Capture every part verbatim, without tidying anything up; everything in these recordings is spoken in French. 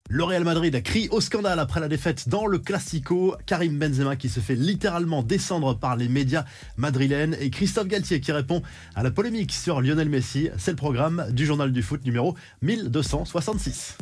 Le Real Madrid crie au scandale après la défaite dans le Classico. Karim Benzema qui se fait littéralement descendre par les médias madrilènes et Christophe Galtier qui répond à la polémique sur Lionel Messi. C'est le programme du Journal du Foot numéro mille deux cent soixante-six.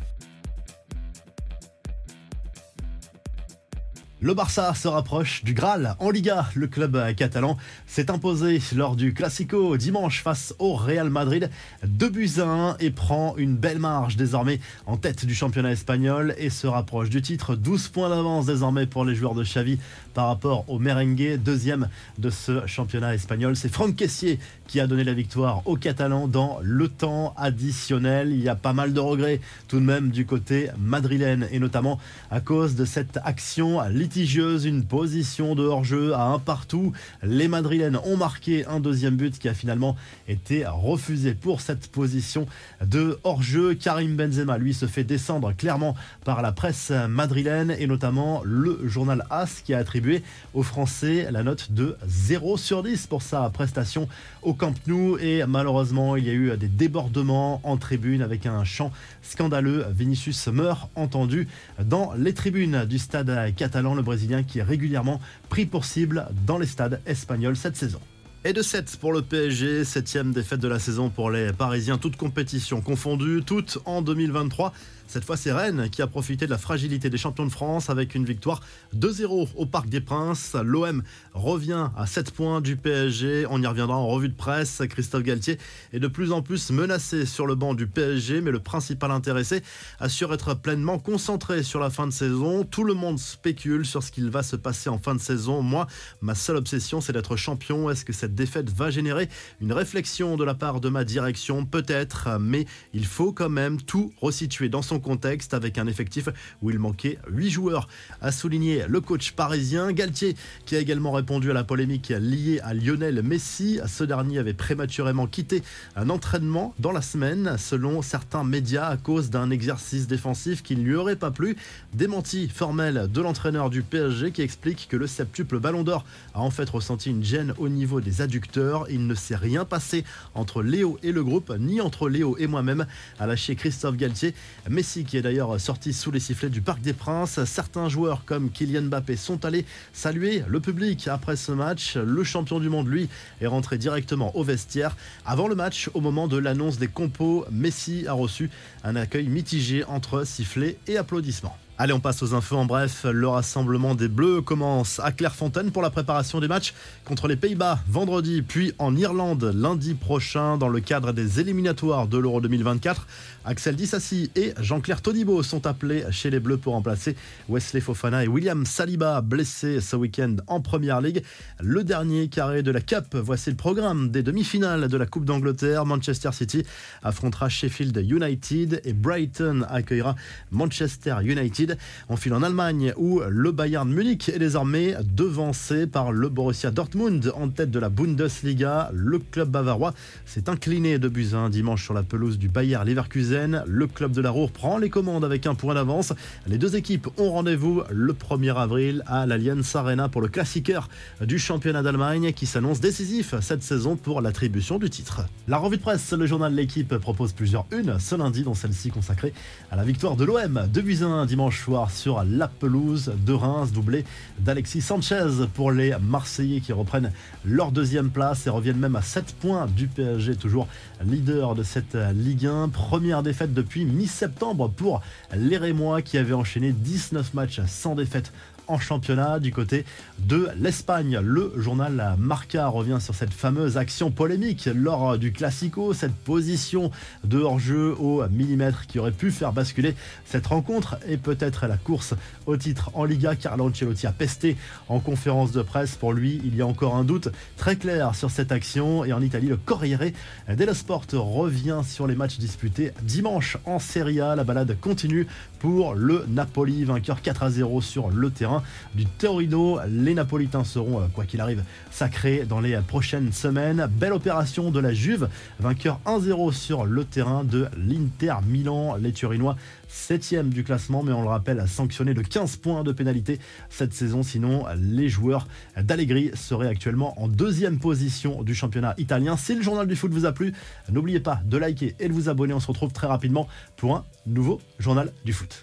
Le Barça se rapproche du Graal en Liga. Le club catalan s'est imposé lors du Classico dimanche face au Real Madrid. deux buts à un et prend une belle marge désormais en tête du championnat espagnol et se rapproche du titre. douze points d'avance désormais pour les joueurs de Xavi par rapport au merengue, deuxième de ce championnat espagnol. C'est Franck Kessié qui a donné la victoire aux Catalans dans le temps additionnel. Il y a pas mal de regrets tout de même du côté madrilène et notamment à cause de cette action litigieuse, une position de hors-jeu à un partout. Les Madrilènes ont marqué un deuxième but qui a finalement été refusé pour cette position de hors-jeu. Karim Benzema, lui, se fait descendre clairement par la presse madrilène et notamment le journal AS qui a attribué aux Français la note de zéro sur dix pour sa prestation au Camp Nou. Et malheureusement, il y a eu des débordements en tribune avec un chant scandaleux. Vinicius meurt entendu dans les tribunes du stade catalan. Le Brésilien qui est régulièrement pris pour cible dans les stades espagnols cette saison. Et de sept pour le P S G, septième défaite de la saison pour les Parisiens, toutes compétitions confondues, toutes en deux mille vingt-trois. Cette fois, c'est Rennes qui a profité de la fragilité des champions de France avec une victoire deux zéro au Parc des Princes. L'O M revient à sept points du P S G. On y reviendra en revue de presse. Christophe Galtier est de plus en plus menacé sur le banc du P S G, mais le principal intéressé assure être pleinement concentré sur la fin de saison. Tout le monde spécule sur ce qu'il va se passer en fin de saison. Moi, ma seule obsession, c'est d'être champion. Est-ce que cette défaite va générer une réflexion de la part de ma direction? Peut-être, mais il faut quand même tout resituer dans son contexte avec un effectif où il manquait huit joueurs, a souligné le coach parisien. Galtier qui a également répondu à la polémique liée à Lionel Messi. Ce dernier avait prématurément quitté un entraînement dans la semaine selon certains médias à cause d'un exercice défensif qui ne lui aurait pas plu. Démenti formel de l'entraîneur du P S G qui explique que le septuple Ballon d'Or a en fait ressenti une gêne au niveau des adducteurs. Il ne s'est rien passé entre Léo et le groupe, ni entre Léo et moi-même, a lâché Christophe Galtier. Messi qui est d'ailleurs sorti sous les sifflets du Parc des Princes. Certains joueurs comme Kylian Mbappé sont allés saluer le public après ce match. Le champion du monde, lui, est rentré directement au vestiaire. Avant le match, au moment de l'annonce des compos, Messi a reçu un accueil mitigé entre sifflets et applaudissements. Allez, on passe aux infos. En bref, le rassemblement des Bleus commence à Clairefontaine pour la préparation des matchs contre les Pays-Bas vendredi, puis en Irlande lundi prochain dans le cadre des éliminatoires de l'Euro deux mille vingt-quatre. Axel Disasi et Jean-Claire Todibo sont appelés chez les Bleus pour remplacer Wesley Fofana et William Saliba, blessés ce week-end en Première Ligue. Le dernier carré de la Cup, voici le programme des demi-finales de la Coupe d'Angleterre. Manchester City affrontera Sheffield United et Brighton accueillera Manchester United. On file en Allemagne où le Bayern Munich est désormais devancé par le Borussia Dortmund en tête de la Bundesliga. Le club bavarois s'est incliné de buts à un dimanche sur la pelouse du Bayer Leverkusen. Le club de la Ruhr prend les commandes avec un point d'avance. Les deux équipes ont rendez-vous le premier avril à l'Allianz Arena pour le Klassiker du championnat d'Allemagne qui s'annonce décisif cette saison pour l'attribution du titre. La revue de presse, le journal de l'équipe propose plusieurs unes ce lundi, dont celle-ci consacrée à la victoire de l'O M. deux buts à un dimanche soir sur la pelouse de Reims, doublé d'Alexis Sanchez pour les Marseillais qui reprennent leur deuxième place et reviennent même à sept points du P S G, toujours leader de cette Ligue un. Première défaite depuis mi-septembre pour les Rémois qui avaient enchaîné dix-neuf matchs sans défaite en championnat. Du côté de l'Espagne, le journal Marca revient sur cette fameuse action polémique lors du Classico, cette position de hors-jeu au millimètre qui aurait pu faire basculer cette rencontre et peut-être la course au titre en Liga. Carlo Ancelotti a pesté en conférence de presse. Pour lui, il y a encore un doute très clair sur cette action. Et en Italie, le Corriere dello Sport revient sur les matchs disputés dimanche en Serie A. La balade continue pour le Napoli, vainqueur quatre à zéro sur le terrain du Torino. Les Napolitains seront, quoi qu'il arrive, sacrés dans les prochaines semaines. Belle opération de la Juve, vainqueur un zéro sur le terrain de l'Inter Milan. Les Turinois, septième du classement, mais on le rappelle, sanctionné de quinze points de pénalité cette saison. Sinon, les joueurs d'Allegri seraient actuellement en deuxième position du championnat italien. Si le journal du foot vous a plu, n'oubliez pas de liker et de vous abonner. On se retrouve très rapidement pour un nouveau journal du foot.